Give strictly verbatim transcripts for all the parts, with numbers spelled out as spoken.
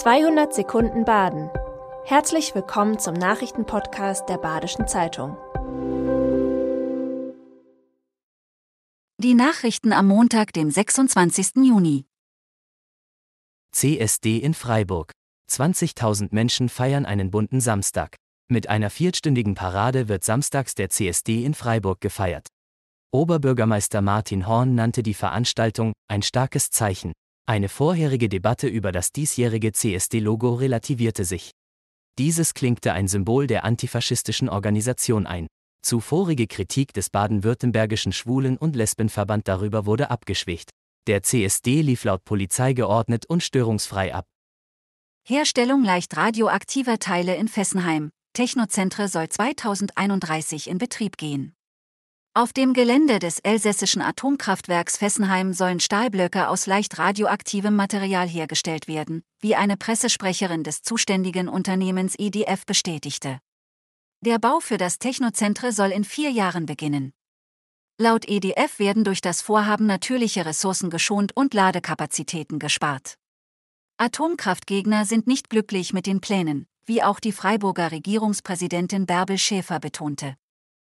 zweihundert Sekunden Baden. Herzlich willkommen zum Nachrichtenpodcast der Badischen Zeitung. Die Nachrichten am Montag, dem sechsundzwanzigsten Juni. C S D in Freiburg. zwanzigtausend Menschen feiern einen bunten Samstag. Mit einer vierstündigen Parade wird samstags der C S D in Freiburg gefeiert. Oberbürgermeister Martin Horn nannte die Veranstaltung ein starkes Zeichen. Eine vorherige Debatte über das diesjährige C S D-Logo relativierte sich. Dieses klinkte ein Symbol der antifaschistischen Organisation ein. Zuvorige Kritik des baden-württembergischen Schwulen- und Lesbenverband darüber wurde abgeschwächt. Der C S D lief laut Polizei geordnet und störungsfrei ab. Herstellung leicht radioaktiver Teile in Fessenheim. Technozentre soll zweitausendeinunddreißig in Betrieb gehen. Auf dem Gelände des elsässischen Atomkraftwerks Fessenheim sollen Stahlblöcke aus leicht radioaktivem Material hergestellt werden, wie eine Pressesprecherin des zuständigen Unternehmens E D F bestätigte. Der Bau für das Technozentre soll in vier Jahren beginnen. Laut E D F werden durch das Vorhaben natürliche Ressourcen geschont und Ladekapazitäten gespart. Atomkraftgegner sind nicht glücklich mit den Plänen, wie auch die Freiburger Regierungspräsidentin Bärbel Schäfer betonte.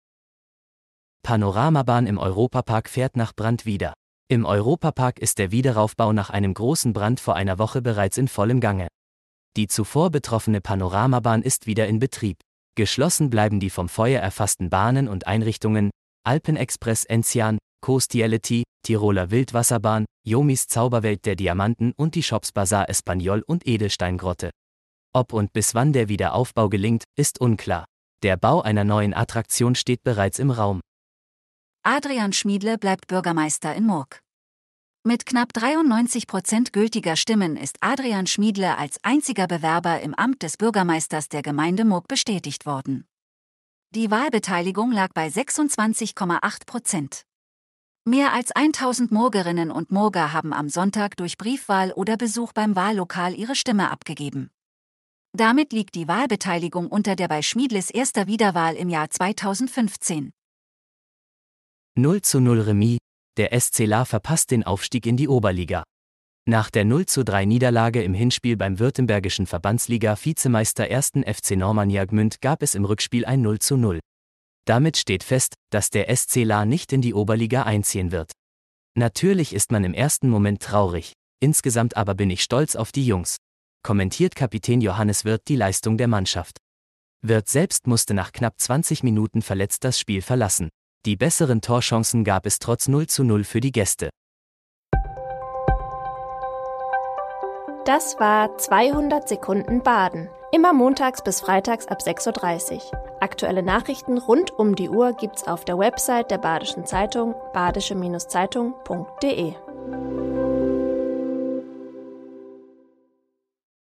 Panoramabahn im Europapark fährt nach Brand wieder. Im Europapark ist der Wiederaufbau nach einem großen Brand vor einer Woche bereits in vollem Gange. Die zuvor betroffene Panoramabahn ist wieder in Betrieb. Geschlossen bleiben die vom Feuer erfassten Bahnen und Einrichtungen Alpenexpress Enzian, Coastiality, Tiroler Wildwasserbahn, Yomis Zauberwelt der Diamanten und die Shops Bazar Espagnol und Edelsteingrotte. Ob und bis wann der Wiederaufbau gelingt, ist unklar. Der Bau einer neuen Attraktion steht bereits im Raum. Adrian Schmiedle bleibt Bürgermeister in Murg. Mit knapp dreiundneunzig Prozent gültiger Stimmen ist Adrian Schmiedle als einziger Bewerber im Amt des Bürgermeisters der Gemeinde Murg bestätigt worden. Die Wahlbeteiligung lag bei sechsundzwanzig Komma acht Prozent. Mehr als tausend Murgerinnen und Murger haben am Sonntag durch Briefwahl oder Besuch beim Wahllokal ihre Stimme abgegeben. Damit liegt die Wahlbeteiligung unter der bei Schmiedles erster Wiederwahl im Jahr zweitausendfünfzehn. null zu null Remis, der S C La verpasst den Aufstieg in die Oberliga. Nach der null zu drei Niederlage im Hinspiel beim württembergischen Verbandsliga-Vizemeister ersten F C Normannia Gmünd gab es im Rückspiel ein null zu null. Damit steht fest, dass der S C La nicht in die Oberliga einziehen wird. Natürlich ist man im ersten Moment traurig, insgesamt aber bin ich stolz auf die Jungs, kommentiert Kapitän Johannes Wirth die Leistung der Mannschaft. Wirth selbst musste nach knapp zwanzig Minuten verletzt das Spiel verlassen. Die besseren Torchancen gab es trotz null zu null für die Gäste. Das war zweihundert Sekunden Baden. Immer montags bis freitags ab sechs Uhr dreißig. Aktuelle Nachrichten rund um die Uhr gibt's auf der Website der Badischen Zeitung badische Zeitung punkt de.